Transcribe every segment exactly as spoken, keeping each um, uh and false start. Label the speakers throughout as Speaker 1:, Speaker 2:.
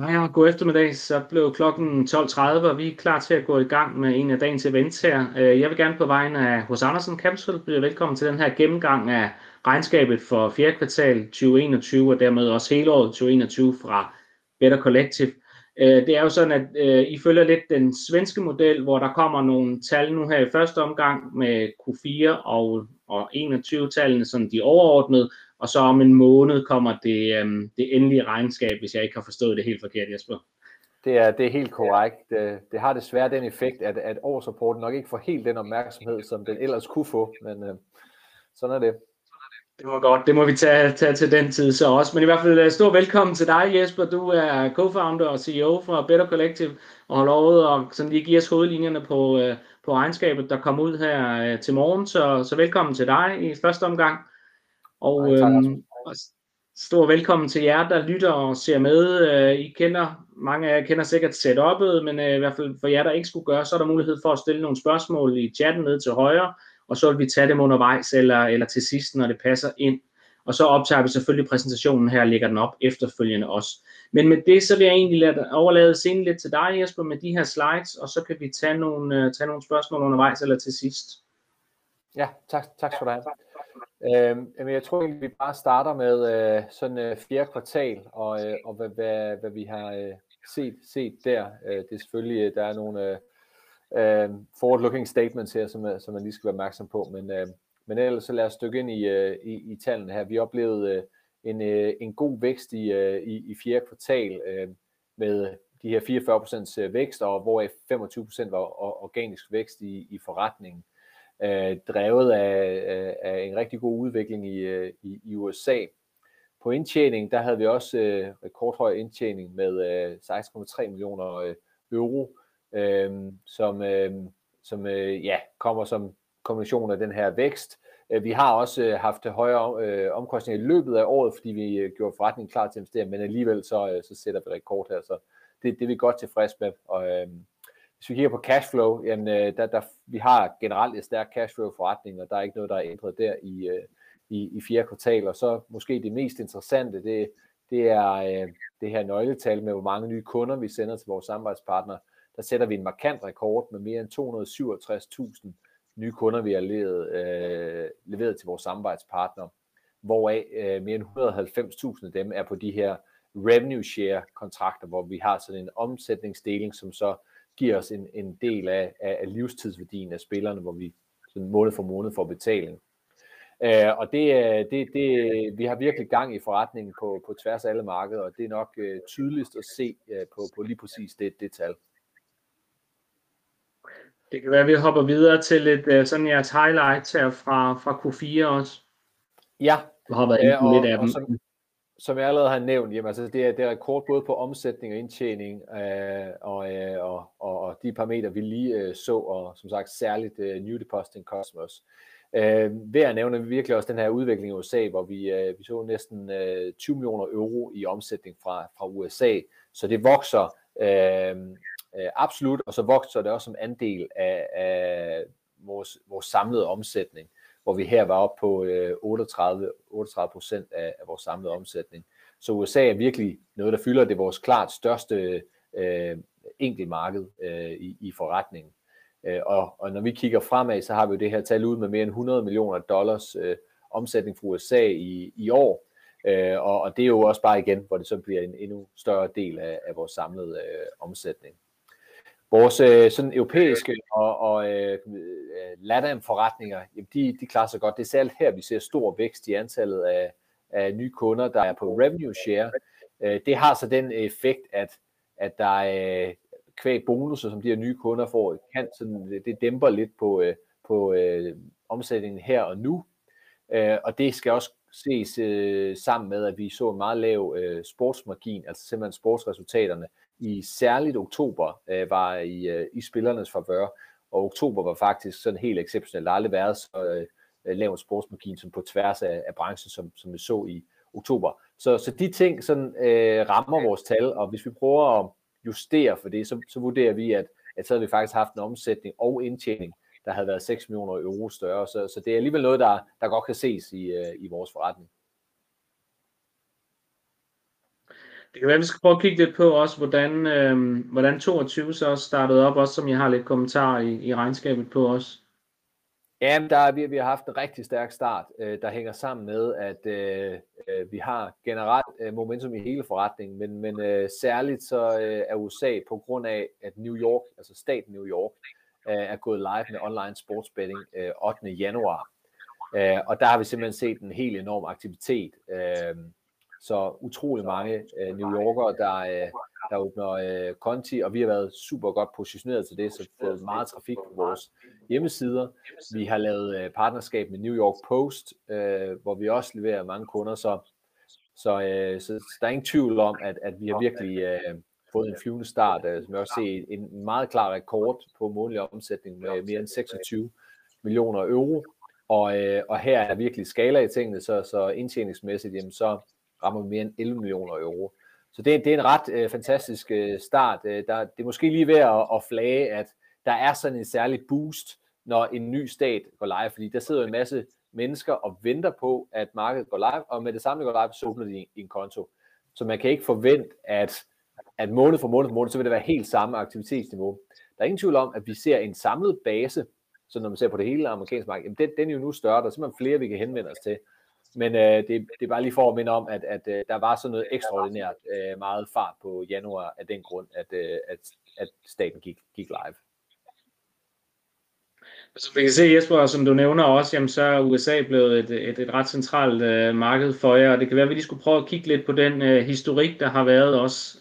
Speaker 1: Hej og god eftermiddag. Så blev klokken tolv tredive, og vi er klar til at gå i gang med en af dagens events her. Jeg vil gerne på vegne af H C Andersen Capital byde velkommen til den her gennemgang af regnskabet for fjerde kvartal tyve enogtyve, og dermed også hele året tyve enogtyve fra Better Collective. Det er jo sådan, at I følger lidt den svenske model, hvor der kommer nogle tal nu her i første omgang med Q fire og, og enogtyve-tallene, sådan de overordnede, og så om en måned kommer det, øhm, det endelige regnskab, hvis jeg ikke har forstået det helt forkert, Jesper.
Speaker 2: Det er, det er helt korrekt. Det, det har desværre den effekt, at, at årsrapporten nok ikke får helt den opmærksomhed, som den ellers kunne få, men øh, sådan er det.
Speaker 1: Det var godt, det må vi tage, tage til den tid så også. Men i hvert fald stor velkommen til dig, Jesper. Du er co-founder og C E O for Better Collective, og har lovet at sådan lige give os hovedlinjerne på, øh, på regnskabet, der kommer ud her øh, til morgen. Så, så velkommen til dig i første omgang. Og
Speaker 2: Nej, tak,
Speaker 1: øhm, stor velkommen til jer, der lytter og ser med. I kender, mange af jer kender sikkert setup'et, men i hvert fald for jer, der ikke skulle gøre, så er der mulighed for at stille nogle spørgsmål i chatten nede til højre, og så vil vi tage dem undervejs eller, eller til sidst, når det passer ind. Og så optager vi selvfølgelig præsentationen her og lægger den op efterfølgende også. Men med det, så vil jeg egentlig lade, overlade scenen lidt til dig, Jesper, med de her slides, og så kan vi tage nogle, tage nogle spørgsmål undervejs eller til sidst.
Speaker 2: Ja, tak, tak skal du have. Øhm, jeg tror egentlig, vi bare starter med øh, sådan øh, fjerde kvartal, og, øh, og hvad, hvad, hvad vi har øh, set, set der. Øh, det er selvfølgelig, der er nogle øh, forward-looking statements her, som, som man lige skal være opmærksom på, men, øh, men ellers så lad os dykke ind i, øh, i, i tallene her. Vi oplevede øh, en, øh, en god vækst i, øh, i, i fjerde kvartal øh, med de her fireogfyrre procent vækst, og hvoraf femogtyve procent var organisk vækst i, i forretningen. Øh, drevet af, af en rigtig god udvikling i, i, i U S A. På indtjening, der havde vi også øh, rekordhøj indtjening med øh, seksten komma tre millioner øh, euro, øh, som, øh, som øh, ja, kommer som kombination af den her vækst. Øh, vi har også øh, haft højere øh, omkostninger i løbet af året, fordi vi øh, gjorde forretningen klar til at investere, men alligevel så, øh, så sætter vi rekord her, så det, det er vi godt tilfreds med. Og, øh, Hvis vi kigger på cashflow, jamen, der, der, vi har generelt et stærkt cashflow forretning, og der er ikke noget, der er ændret der i, i, i fjerde kvartal. Og så måske det mest interessante, det, det er det her nøgletal med, hvor mange nye kunder vi sender til vores samarbejdspartnere. Der sætter vi en markant rekord med mere end to hundrede og syvogtres tusind nye kunder, vi har leveret, øh, leveret til vores samarbejdspartnere, hvoraf øh, mere end et hundrede og halvfems tusind af dem er på de her revenue share kontrakter, hvor vi har sådan en omsætningsdeling, som så giver os en, en del af, af livstidsværdien af spillerne, hvor vi sådan måned for måned får betaling. Uh, og det, det, det, vi har virkelig gang i forretningen på, på tværs af alle markeder, og det er nok uh, tydeligst at se uh, på, på lige præcis det, det tal.
Speaker 1: Det kan være, at vi hopper videre til lidt uh, sådan jeres highlights her fra, fra Q fire også.
Speaker 2: Ja,
Speaker 1: du har været inde på
Speaker 2: uh,
Speaker 1: lidt af
Speaker 2: og,
Speaker 1: dem.
Speaker 2: Og som, som jeg allerede har nævnt, jamen, altså det, er, det er rekord både på omsætning og indtjening, øh, og, øh, og, og de parametre, vi lige øh, så, og som sagt særligt øh, New Depositing Customers. Øh, ved at nævne virkelig også den her udvikling i U S A, hvor vi, øh, vi så næsten øh, tyve millioner euro i omsætning fra, fra U S A, så det vokser øh, øh, absolut, og så vokser det også som andel af, af vores, vores samlede omsætning, hvor vi her var oppe på øh, otteogtredive procent af, af vores samlede omsætning. Så U S A er virkelig noget, der fylder. Det er vores klart største øh, enkeltmarked øh, i, i forretningen. Øh, og, og når vi kigger fremad, så har vi jo det her tal ud med mere end hundrede millioner dollars øh, omsætning fra U S A i, i år. Øh, og, og det er jo også bare igen, hvor det så bliver en endnu større del af, af vores samlede øh, omsætning. Vores øh, sådan europæiske og, og øh, LATAM-forretninger, de, de klarer sig godt. Det er særligt her, vi ser stor vækst i antallet af, af nye kunder, der er på revenue share. Øh, det har så den effekt, at, at der er kvæg bonusser, som de her nye kunder får, kan sådan, det dæmper lidt på, øh, på øh, omsætningen her og nu. Øh, og det skal også ses øh, sammen med, at vi så en meget lav øh, sportsmargin, altså simpelthen sportsresultaterne, i særligt oktober øh, var i, øh, i spillernes favør, og oktober var faktisk sådan helt exceptionelt. Der har aldrig været så øh, lav en sportsmargin som på tværs af, af branchen, som, som vi så i oktober. Så, så de ting sådan, øh, rammer vores tal, og hvis vi prøver at justere for det, så, så vurderer vi, at, at så havde vi faktisk haft en omsætning og indtjening, der havde været seks millioner euro større. Så, så det er alligevel noget, der, der godt kan ses i, øh, i vores forretning.
Speaker 1: Det kan være, vi skal prøve at kigge lidt på også, hvordan, øh, hvordan toogtyve så startede op, også som jeg har lidt kommentarer i, i regnskabet på også.
Speaker 2: Ja, der er, vi, vi har haft en rigtig stærk start, øh, der hænger sammen med, at øh, vi har generelt øh, momentum i hele forretningen, men, men øh, særligt så øh, er U S A på grund af, at New York, altså staten New York, øh, er gået live med online sportsbetting øh, ottende januar. Øh, og der har vi simpelthen set en helt enorm aktivitet. Øh, så utrolig mange øh, New Yorkere, der, øh, der åbner øh, konti, og vi har været super godt positioneret til det, så vi har fået meget trafik på vores hjemmesider. Vi har lavet øh, partnerskab med New York Post, øh, hvor vi også leverer mange kunder, så, så, øh, så, så der er ingen tvivl om, at, at vi har virkelig øh, fået en flyvende start, øh, som jeg også ser en meget klar rekord på månedlig omsætning med mere end seksogtyve millioner euro. Og, øh, og her er virkelig skala i tingene, så, så indtjeningsmæssigt, jamen, så rammer vi mere end elleve millioner euro. Så det, det er en ret øh, fantastisk øh, start. Øh, der, det er måske lige ved at, at flage, at der er sådan en særlig boost, når en ny stat går live, fordi der sidder en masse mennesker og venter på, at markedet går live, og med det samme går live, så åbner de en, en konto. Så man kan ikke forvente, at, at måned for måned for måned, så vil det være helt samme aktivitetsniveau. Der er ingen tvivl om, at vi ser en samlet base, så når man ser på det hele amerikanske marked, jamen den, den er jo nu større, der er simpelthen flere, vi kan henvende os til. Men øh, det, det er bare lige for at minde om, at, at øh, der var sådan noget ekstraordinært øh, meget fart på januar af den grund, at, øh, at, at staten gik, gik live.
Speaker 1: Som vi kan se, Jesper, som du nævner også, jamen, så er U S A blevet et, et, et ret centralt øh, marked for jer, og det kan være, at vi lige skulle prøve at kigge lidt på den øh, historik, der har været også.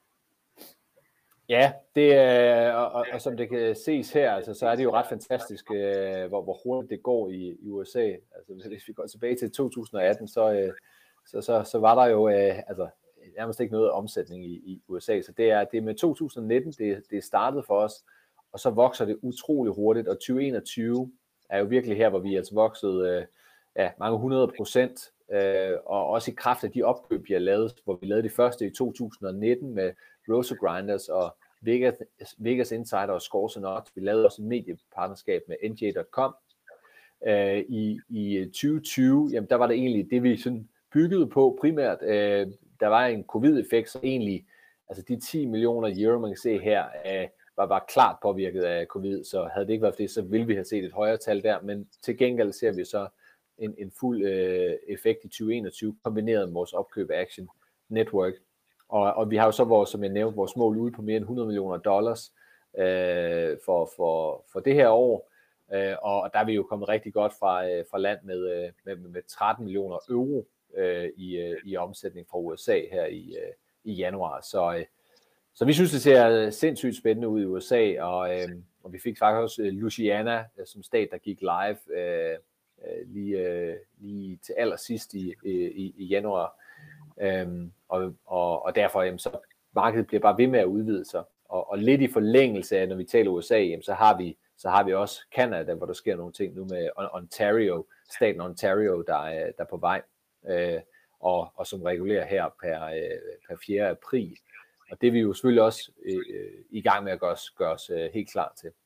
Speaker 2: Ja, det er, og, og, og som det kan ses her, altså, så er det jo ret fantastisk, øh, hvor, hvor hurtigt det går i, i U S A. Altså, hvis vi går tilbage til to tusind atten, så, øh, så, så, så var der jo øh, altså, nærmest ikke noget omsætning i, i U S A. Så det er, det er med to tusind nitten, det, det er startet for os, og så vokser det utrolig hurtigt, og tyve enogtyve er jo virkelig her, hvor vi altså vokset øh, ja, mange hundrede procent, øh, og også i kraft af de opkøb, vi har lavet, hvor vi lavede det første i to tusind nitten med RotoGrinders og Vegas, Vegas Insider og Scores and Odds. Vi lavede også et mediepartnerskab med N J punktum com. Øh, i, I tyve tyve, jamen der var det egentlig det, vi sådan byggede på primært. Øh, der var en covid-effekt, så egentlig, altså de ti millioner euro, man kan se her, øh, var, var klart påvirket af covid, så havde det ikke været for det, så ville vi have set et højere tal der, men til gengæld ser vi så en, en fuld øh, effekt i tyve enogtyve, kombineret med vores opkøb af Action Network. Og, og vi har jo så, vores, som jeg nævnte, vores mål ude på mere end hundrede millioner dollars øh, for, for, for det her år. Øh, og der er vi jo kommet rigtig godt fra, øh, fra land med, med, med tretten millioner euro øh, i, øh, i omsætning fra U S A her i, øh, i januar. Så, øh, så vi synes, det ser sindssygt spændende ud i U S A, og, øh, og vi fik faktisk også Louisiana som stat, der gik live øh, lige, øh, lige til allersidst i, i, i januar. Øhm, og, og, og derfor jamen, så markedet bliver bare ved med at udvide sig, og, og lidt i forlængelse af, når vi taler U S A, jamen, så har vi så har vi også Canada, hvor der sker nogle ting nu med Ontario, staten Ontario, der er, der er på vej, øh, og, og som regulerer her per, øh, per fjerde april, og det er vi jo selvfølgelig også øh, i gang med at gøre os, gøre os øh, helt klar til.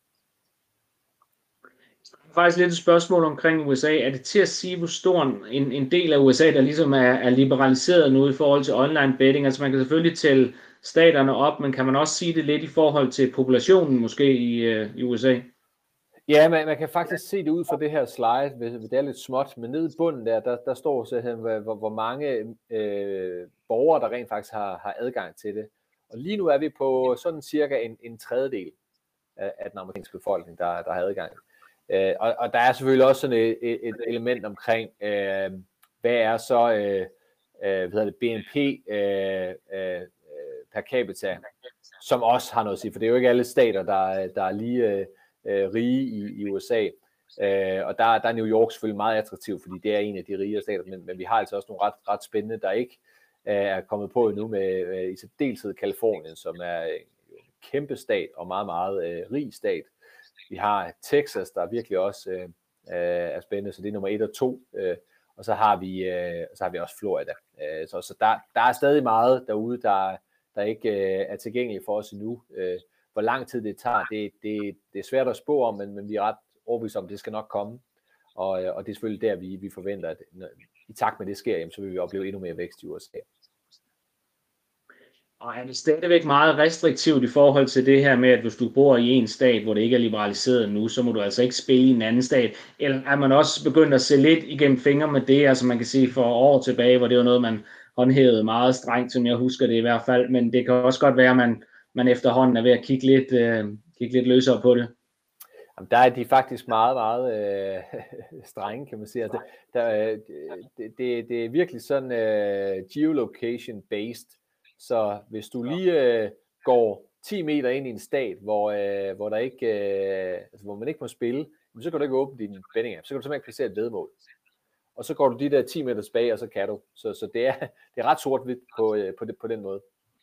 Speaker 1: Faktisk lidt et spørgsmål omkring U S A. Er det til at sige, hvor stor en, en del af U S A, der ligesom er, er liberaliseret nu i forhold til online betting? Altså man kan selvfølgelig tælle staterne op, men kan man også sige det lidt i forhold til populationen måske i, uh, i U S A?
Speaker 2: Ja, man, man kan faktisk se det ud fra det her slide, hvis det er lidt småt, men nede i bunden der, der, der står så her, hvor, hvor mange øh, borgere, der rent faktisk har, har adgang til det. Og lige nu er vi på sådan cirka en, en tredjedel af, af den amerikanske befolkning, der, der har adgang. Øh, og, og der er selvfølgelig også sådan et, et element omkring, øh, hvad er så øh, øh, hvad hedder det, B N P øh, øh, per capita, som også har noget at sige, for det er jo ikke alle stater, der, der er lige øh, rige i, i U S A. Øh, og der, der er New York selvfølgelig meget attraktiv, fordi det er en af de rigere stater, men, men vi har altså også nogle ret, ret spændende, der ikke øh, er kommet på endnu, med øh, i særdeleshed Kalifornien, som er en kæmpe stat og meget, meget øh, rig stat. Vi har Texas, der virkelig også øh, er spændende, så det er nummer et og to. Øh, og så har vi, øh, så har vi også Florida. Øh, så så der, der er stadig meget derude, der, der ikke øh, er tilgængeligt for os endnu. Øh, hvor lang tid det tager, det, det, det er svært at spå om, men, men vi er ret overbevist om, at det skal nok komme. Og, og det er selvfølgelig der, vi, vi forventer, at når, i takt med det sker, jamen, så vil vi opleve endnu mere vækst i U S A.
Speaker 1: Og er det stadigvæk meget restriktivt i forhold til det her med, at hvis du bor i en stat, hvor det ikke er liberaliseret nu, så må du altså ikke spille i en anden stat? Eller er man også begyndt at se lidt igennem fingre med det? Altså man kan sige for år tilbage, hvor det var noget, man håndhævede meget strengt, som jeg husker det i hvert fald. Men det kan også godt være, at man, man efterhånden er ved at kigge lidt, øh, kigge lidt løsere på det.
Speaker 2: Jamen, der er de faktisk meget, meget øh, strenge, kan man sige. Altså, der, det, det, det er virkelig sådan øh, geolocation-based. Så hvis du lige øh, går ti meter ind i en stat, hvor, øh, hvor, der ikke, øh, altså, hvor man ikke må spille, så kan du ikke åbne din betting app. Så kan du simpelthen ikke placere et vedmål. Og så går du de der ti meter tilbage, og så kan du. Så, så det, er, det er ret sort-hvidt på, øh, på, det, på den måde.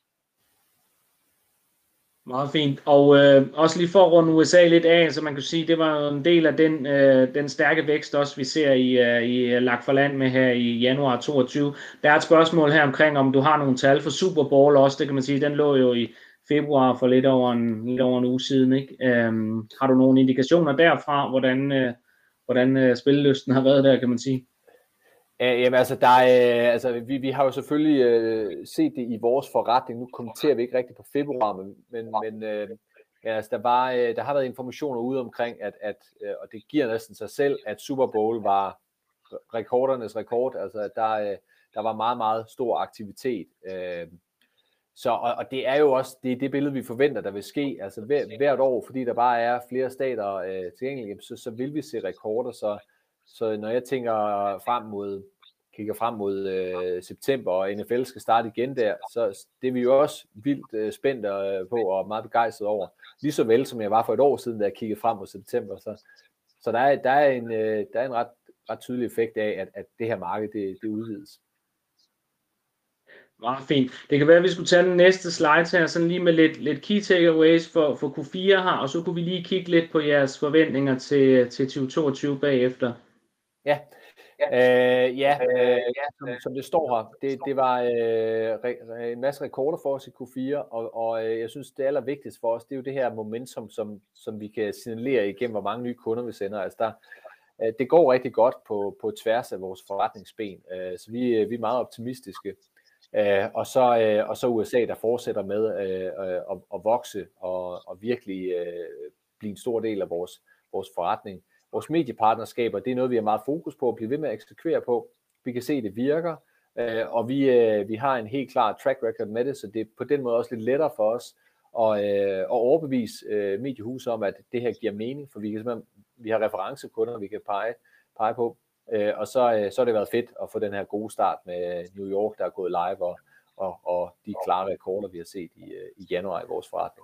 Speaker 1: Meget fint. Og øh, også lige for at runde U S A lidt af, så man kan sige, det var en del af den, øh, den stærke vækst også, vi ser i, øh, i lagt for land med her i januar toogtyve. Der er et spørgsmål her omkring, om du har nogle tal for Super Bowl også. Det kan man sige, den lå jo i februar for lidt over en, lidt over en uge siden. Ikke? Øhm, har du nogle indikationer derfra, hvordan, øh, hvordan øh, spillelysten har været der, kan man sige?
Speaker 2: Jamen altså, der er, altså vi, vi har jo selvfølgelig øh, set det i vores forretning. Nu kommenterer vi ikke rigtigt på februar, men, men, men øh, ja, altså, der, var, øh, der har været informationer ude omkring, at, at, øh, og det giver næsten sig selv, at Super Bowl var rekordernes rekord. Altså, der, øh, der var meget, meget stor aktivitet. Øh, så, og, og det er jo også det, det billede, vi forventer, der vil ske. Altså hver, hvert år, fordi der bare er flere stater øh, tilgængelige, så, så vil vi se rekorder. Så Så når jeg tænker frem mod, kigger frem mod øh, september, og N F L skal starte igen der, så det er vi jo også vildt øh, spændt øh, på og meget begejstret over. Lige så vel som jeg var for et år siden, da jeg kiggede frem mod september. Så, så der, er, der er en, øh, der er en ret, ret tydelig effekt af, at, at det her marked, det, det udvides.
Speaker 1: Meget fint. Det kan være, at vi skulle tage den næste slide her, sådan lige med lidt, lidt key takeaways for, for Q fire her, og så kunne vi lige kigge lidt på jeres forventninger til, til tyve toogtyve bagefter.
Speaker 2: Ja, øh, ja øh, som, som det står her, det, det var øh, re, en masse rekorder for os i Q fire, og, og øh, jeg synes, det allervigtigste for os, det er jo det her momentum, som, som vi kan signalere igennem, hvor mange nye kunder vi sender. Altså der, øh, det går rigtig godt på, på tværs af vores forretningsben, øh, så vi, vi er meget optimistiske. Øh, og, så, øh, og så U S A, der fortsætter med øh, øh, at, at vokse og, og virkelig øh, blive en stor del af vores, vores forretning. Vores mediepartnerskaber, det er noget, vi har meget fokus på at blive ved med at eksekvere på. Vi kan se, at det virker, øh, og vi, øh, vi har en helt klar track record med det, så det er på den måde også lidt lettere for os at, øh, at overbevise øh, mediehuset om, at det her giver mening, for vi, kan vi har referencekunder, vi kan pege, pege på. Øh, og så, øh, så har det været fedt at få den her gode start med New York, der er gået live, og, og, og de klare rekorder, vi har set i, i januar i vores forretning.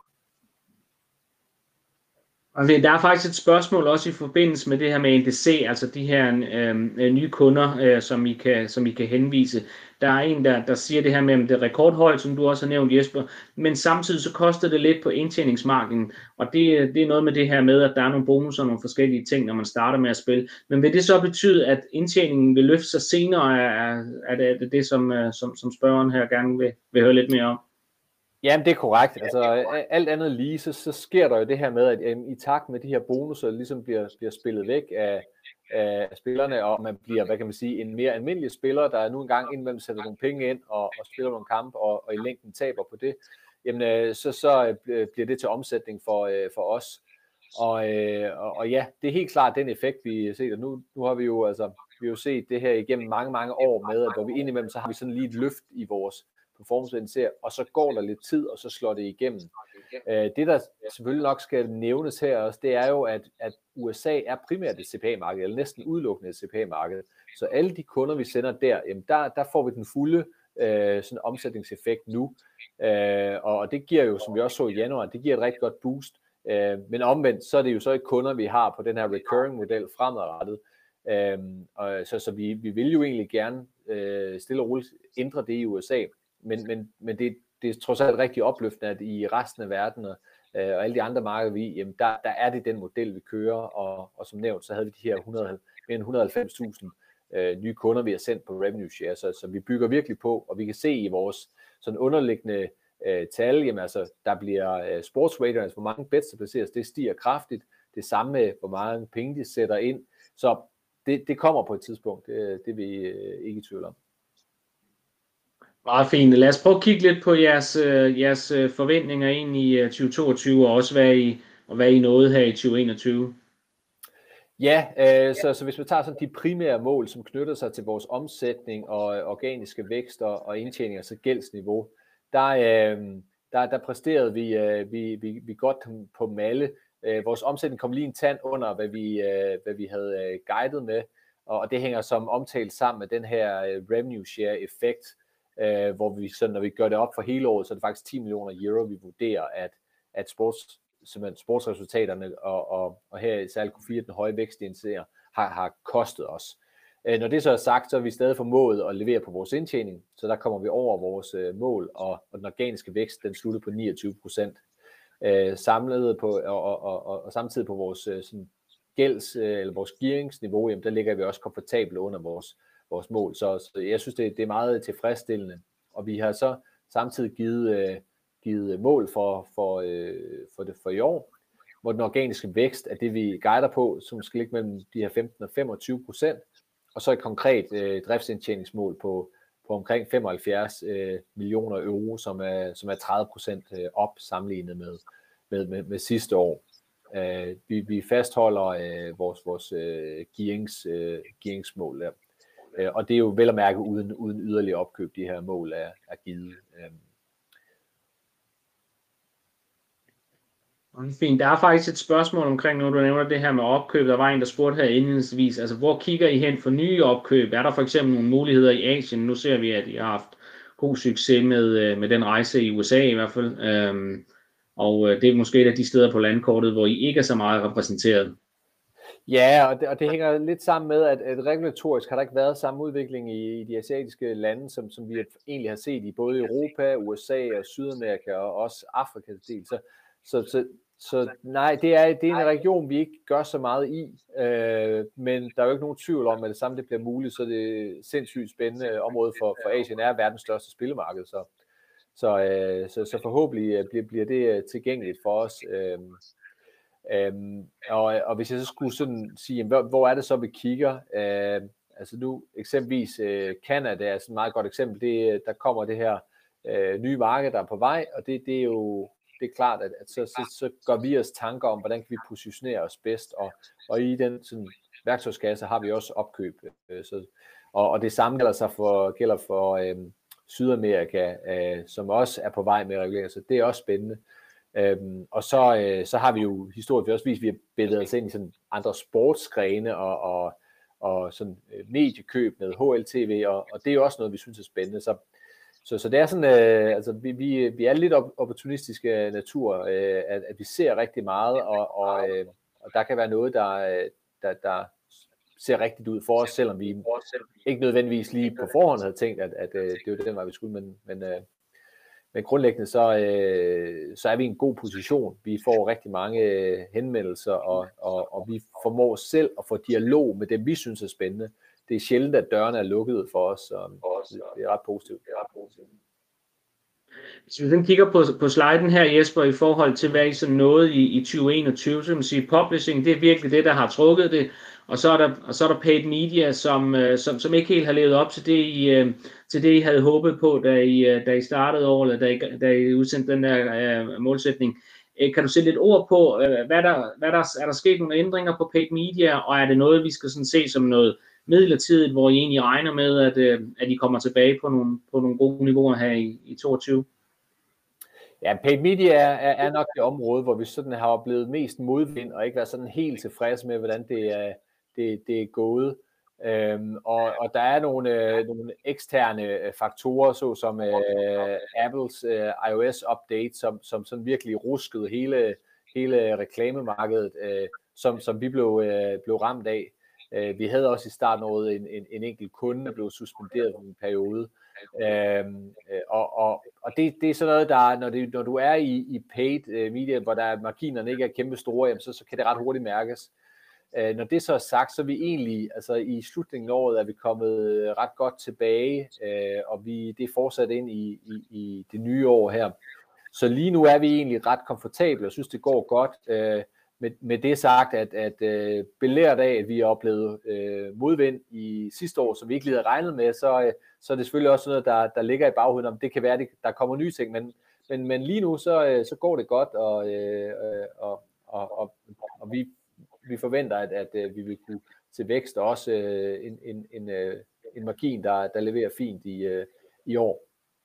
Speaker 1: Okay, der er faktisk et spørgsmål også i forbindelse med det her med N D C, altså de her øh, nye kunder, øh, som, I kan, som I kan henvise. Der er en, der, der siger det her med, at det er rekordhøjt, som du også har nævnt, Jesper, men samtidig så koster det lidt på indtjeningsmarkedet, og det, det er noget med det her med, at der er nogle bonusser og nogle forskellige ting, når man starter med at spille. Men vil det så betyde, at indtjeningen vil løfte sig senere? Er, er det er det, det som, som, som spørgeren her gerne vil, vil høre lidt mere om?
Speaker 2: Jamen, det er korrekt. Altså, alt andet lige, så, så sker der jo det her med, at um, i takt med de her bonusser ligesom bliver, bliver spillet væk af, af spillerne, og man bliver, hvad kan man sige, en mere almindelig spiller, der nu engang indimellem sætter nogle penge ind og, og spiller nogle kampe, og, og i længden taber på det, jamen, så, så bliver det til omsætning for, for os. Og, og, og ja, det er helt klart den effekt, vi har set, og nu, nu har vi jo, altså, vi har jo set det her igennem mange, mange år med, at hvor vi indimellem, så har vi sådan lige et løft i vores performance ser, og så går der lidt tid, og så slår det igennem. Øh, det, der selvfølgelig nok skal nævnes her også, det er jo, at, at U S A er primært et C P A-marked, eller næsten udelukkende et C P A-marked. Så alle de kunder, vi sender der, jamen der, der får vi den fulde øh, sådan omsætningseffekt nu. Øh, og det giver jo, som vi også så i januar, det giver et rigtig godt boost. Øh, men omvendt, så er det jo så ikke kunder, vi har på den her recurring-model fremadrettet. Øh, og så så vi, vi vil jo egentlig gerne øh, stille og roligt ændre det i U S A. Men, men, men det, det er trods alt rigtig opløftende, at i resten af verden og, øh, og alle de andre markeder, vi jamen der, der er det den model, vi kører, og, og som nævnt, så havde vi de her hundrede, mere end et hundrede og halvfems tusind øh, nye kunder, vi har sendt på revenue share, så, så vi bygger virkelig på, og vi kan se i vores sådan underliggende øh, tal, jamen altså, der bliver øh, sports rater, altså hvor mange bets der placeres, det stiger kraftigt, det samme med, hvor mange penge de sætter ind, så det, det kommer på et tidspunkt, det, det er vi øh, ikke i tvivl om.
Speaker 1: Meget fint. Lad os prøve at kigge lidt på jeres, øh, jeres øh, forventninger ind i øh, tyve toogtyve, og også hvad I, og hvad I nåede her i tyve enogtyve.
Speaker 2: Ja, øh, så, så hvis vi tager sådan de primære mål, som knytter sig til vores omsætning og organiske vækst og, og indtjening, altså gældsniveau, der, øh, der, der præsterede vi, øh, vi, vi, vi godt på malle. Øh, vores omsætning kom lige en tand under, hvad vi, øh, hvad vi havde øh, guidet med, og det hænger som omtalt sammen med den her øh, revenue share effekt, øh, hvor vi så, når vi gør det op for hele året, så er det faktisk ti millioner euro, vi vurderer, at, at sports simpelthen sportsresultaterne og, og, og her i særligt Q fire, den høje vækst, de har, har kostet os. Øh, når det så er sagt, så er vi stadig formået at levere på vores indtjening, så der kommer vi over vores øh, mål, og, og den organiske vækst, den slutter på niogtyve procent. Øh, samlet på, og, og, og, og samtidig på vores øh, sådan, gælds, øh, eller vores gearingsniveau, jamen, der ligger vi også komfortabelt under vores, vores mål. Så, så jeg synes, det, det er meget tilfredsstillende, og vi har så samtidig givet øh, givet mål for, for, øh, for, det, for i år, hvor den organiske vækst er det, vi guider på, som skal ligge mellem de her femten og femogtyve procent, og så et konkret øh, driftsindtjeningsmål på, på omkring femoghalvfjerds øh, millioner euro, som er, som er tredive procent øh, op sammenlignet med, med, med, med sidste år. Øh, vi, vi fastholder øh, vores, vores øh, gearings, øh, gearingsmål der. Øh, og det er jo vel at mærke uden, uden yderligere opkøb, de her mål er, er givet. Øh,
Speaker 1: Fint. Der er faktisk et spørgsmål omkring, når du nævner det her med opkøb. Der var en, der spurgte her indledningsvis, altså hvor kigger I hen for nye opkøb? Er der for eksempel nogle muligheder i Asien? Nu ser vi, at I har haft god succes med, med den rejse i U S A i hvert fald. Øhm, og det er måske et af de steder på landkortet, hvor I ikke er så meget repræsenteret.
Speaker 2: Ja, og det, og det hænger lidt sammen med, at, at regulatorisk har der ikke været samme udvikling i, i de asiatiske lande, som, som vi egentlig har set i både Europa, U S A og Sydamerika og også Afrikas del. Så, så, så, så nej, det er, det er en region, vi ikke gør så meget i, øh, men der er jo ikke nogen tvivl om, at det samme det bliver muligt, så det er et sindssygt spændende område for, for Asien er verdens største spillemarked, så, så, øh, så, så forhåbentlig bliver, bliver det tilgængeligt for os. Øh, Øhm, og, og hvis jeg så skulle sådan sige, hvor, hvor er det så, vi kigger? Øh, altså nu eksempelvis øh, Canada er sådan et meget godt eksempel. Det, der kommer det her øh, nye marked, der er på vej, og det, det er jo det er klart, at, at så, så, så gør vi os tanker om, hvordan kan vi positionere os bedst, og, og i den sådan, værktøjskasse har vi også opkøb. Øh, så, og, og det samme gælder, så for, gælder for øh, Sydamerika, øh, som også er på vej med at regulere, så det er også spændende. Øhm, og så, øh, så har vi jo historisk også vist, at vi har bevæget os ind i sådan andre sportsgrene og, og, og sådan øh, mediekøb med H L T V, og, og det er jo også noget, vi synes er spændende. Så, så, så det er sådan, øh, altså vi, vi, vi er lidt op, opportunistiske natur, øh, at, at vi ser rigtig meget, og, og, øh, og der kan være noget, der, der, der ser rigtigt ud for os, selvom vi ikke nødvendigvis lige på forhånd havde tænkt, at, at, at det var den vej, vi skulle, men, men øh, Men grundlæggende så, øh, så er vi i en god position. Vi får rigtig mange øh, henvendelser, og, og, og vi formår selv at få dialog med det, vi synes er spændende. Det er sjældent, at dørene er lukkede for os, så det er ret positivt. Det er ret positivt.
Speaker 1: Hvis vi kigger på, på sliden her, Jesper, i forhold til, hvad I så nåede i, i tyve enogtyve, så kan man sige, publishing, det er virkelig det, der har trukket det, og så er der, og så er der paid media, som, som, som ikke helt har levet op til det, I, til det, I havde håbet på, da I, da I startede året, eller da I, da I udsendte den der uh, målsætning. Kan du sætte lidt ord på, uh, hvad der, hvad der, er der sket nogle ændringer på paid media, og er det noget, vi skal sådan se som noget midlertidigt, hvor I egentlig regner med, at, uh, at I kommer tilbage på nogle, på nogle gode niveauer her i, i toogtyve?
Speaker 2: Ja, paid media er, er nok det område, hvor vi sådan har oplevet mest modvind, og ikke været sådan helt tilfredse med, hvordan det er, det, det er gået. Øhm, og, og der er nogle, øh, nogle eksterne faktorer, såsom øh, Apples øh, iOS-update, som, som sådan virkelig ruskede hele, hele reklamemarkedet, øh, som, som vi blev, øh, blev ramt af. Øh, vi havde også i starten året en, en, en enkelt kunde, der blev suspenderet for en periode. Øhm, og og, og det, det er sådan noget, der når, det, når du er i, i paid uh, media, hvor der marginerne ikke er kæmpe store, jamen, så, så kan det ret hurtigt mærkes. Uh, når det så er sagt, så er vi egentlig, altså i slutningen af året er vi kommet ret godt tilbage, uh, og vi, det er fortsat ind i, i, i det nye år her. Så lige nu er vi egentlig ret komfortable og synes, det går godt. Uh, med, med det sagt, at, at øh, belært af, at vi har oplevet øh, modvind i sidste år, som vi ikke lige havde regnet med, så, øh, så er det selvfølgelig også noget, der, der ligger i baghovedet, om det kan være, at der kommer nye ting, men, men, men lige nu, så, øh, så går det godt, og, øh, og, og, og, og vi, vi forventer, at, at, at vi vil kunne til vækst, og også øh, en, en, en, øh, en margin, der, der leverer fint i, øh, i år.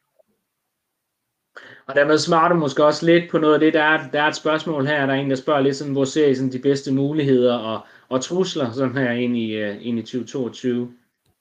Speaker 1: Og dermed svarer du måske også lidt på noget af det, der er, der er et spørgsmål her, der er en, der spørger lidt sådan, hvor ser I sådan de bedste muligheder og, og trusler sådan her ind i, uh, ind i tyve toogtyve?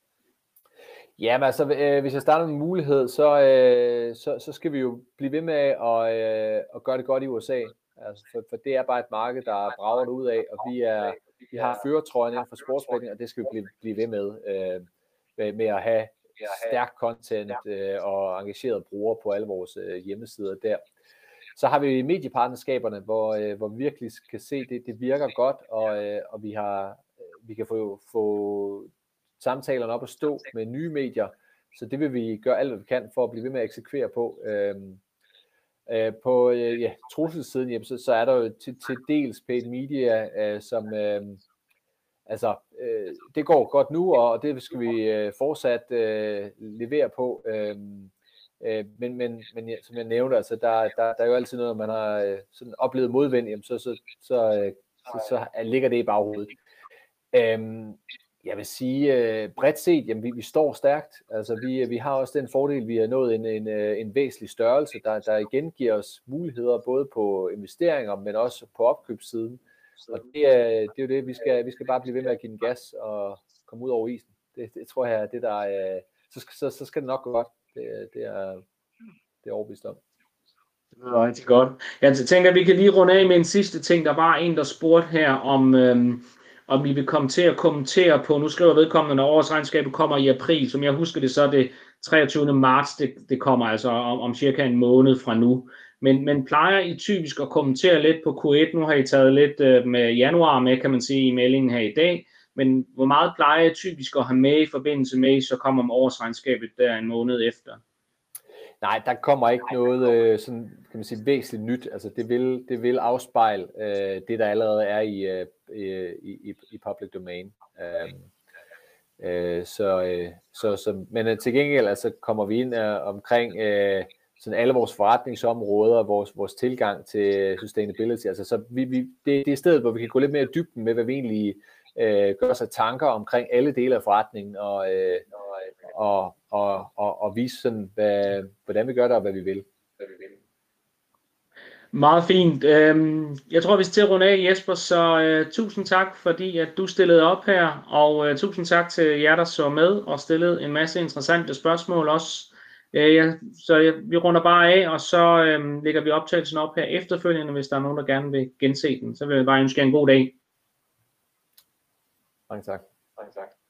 Speaker 2: Jamen altså, øh, hvis jeg starter med mulighed, så, øh, så, så skal vi jo blive ved med at, øh, at gøre det godt i U S A. Altså, for, for det er bare et marked, der brager ud af, og vi, er, vi har førertrøjen inden for sportsbetting, og det skal vi blive, blive ved med, øh, med, med at have stærk content øh, og engagerede brugere på alle vores øh, hjemmesider der. Så har vi mediepartnerskaberne, hvor, øh, hvor vi virkelig kan se, at det, det virker godt, og, øh, og vi, har, vi kan få, få samtalerne op at stå med nye medier, så det vil vi gøre alt, hvad vi kan for at blive ved med at eksekvere på. Øhm, øh, på øh, ja, trusselsiden, jamen, så, så er der jo til, til dels paid media, øh, som øh, altså, øh, det går godt nu, og det skal vi øh, fortsat øh, levere på. Øh, øh, men, men, men ja, som jeg nævnte, altså, der, der, der er jo altid noget, man har øh, sådan oplevet modvind, jamen, så, så, så, øh, så, så ligger det i baghovedet. Øh, Jeg vil sige, øh, bredt set, jamen vi, vi står stærkt. Altså vi, vi har også den fordel, vi har nået en, en, en væsentlig størrelse, der, der igen giver os muligheder både på investeringer, men også på opkøbssiden. Og det er, det er jo det, vi skal, vi skal bare blive ved med at give den gas og komme ud over isen. Det, det tror jeg er det, der er, så, så, så skal det nok gå godt. Det, det er det er overbevist om.
Speaker 1: Det er rigtig godt. Jeg tænker, at vi kan lige runde af med en sidste ting. Der var en, der spurgte her om... Øhm om vi vil komme til at kommentere på, nu skriver vedkommende, når årsregnskabet kommer i april, som jeg husker det, så er det treogtyvende marts, det, det kommer altså om, om cirka en måned fra nu. Men, men plejer I typisk at kommentere lidt på Q et? Nu har I taget lidt øh, med januar med, kan man sige, i meldingen her i dag. Men hvor meget plejer I typisk at have med i forbindelse med, I så kommer om årsregnskabet der en måned efter?
Speaker 2: Nej, der kommer ikke noget øh, sådan, kan man sige, væsentligt nyt. Altså det vil, det vil afspejle øh, det, der allerede er i, øh, i, i public domain. Øh, øh, så, øh, så, så, men til gengæld altså, kommer vi ind øh, omkring øh, sådan alle vores forretningsområder, vores, vores tilgang til sustainability. Altså, så vi, vi, det, det er stedet, hvor vi kan gå lidt mere i dybden med, hvad vi egentlig øh, gør os af tanker omkring alle dele af forretningen, og øh, Og, og, og, og vise sådan, hvad, hvordan vi gør det, og hvad vi vil. Hvad vi vil.
Speaker 1: Meget fint. Jeg tror, vi skal til at runde af, Jesper, så uh, tusind tak, fordi at du stillede op her, og uh, tusind tak til jer, der så med og stillede en masse interessante spørgsmål også. Uh, ja, så ja, vi runder bare af, og så uh, lægger vi optagelsen op her efterfølgende, hvis der er nogen, der gerne vil gense den. Så vil jeg bare ønske jer en god dag.
Speaker 2: Mange tak. Mange tak.